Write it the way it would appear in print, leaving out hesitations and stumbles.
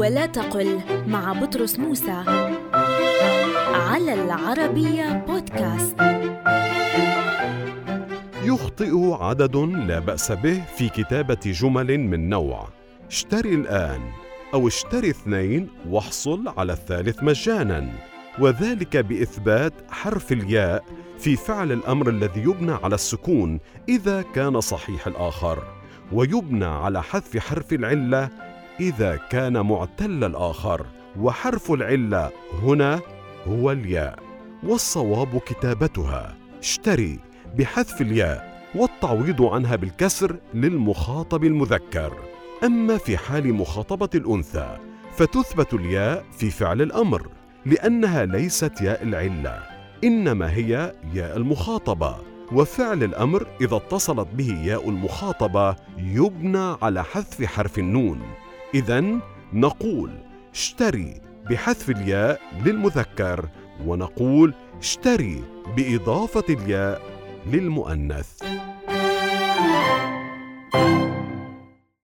ولا تقل مع بطرس موسى على العربية بودكاست. يخطئ عدد لا بأس به في كتابة جمل من نوع اشتري الآن أو اشتري 2 واحصل على الثالث مجانا، وذلك بإثبات حرف الياء في فعل الأمر الذي يبنى على السكون إذا كان صحيح الآخر، ويبنى على حذف حرف العلة إذا كان معتل الآخر، وحرف العلة هنا هو الياء، والصواب كتابتها اشتري بحذف الياء والتعويض عنها بالكسر للمخاطب المذكر. أما في حال مخاطبة الأنثى فتثبت الياء في فعل الأمر لأنها ليست ياء العلة، إنما هي ياء المخاطبة، وفعل الأمر إذا اتصلت به ياء المخاطبة يبنى على حذف حرف النون. إذن نقول اشتري بحذف الياء للمذكر، ونقول اشتري بإضافة الياء للمؤنث.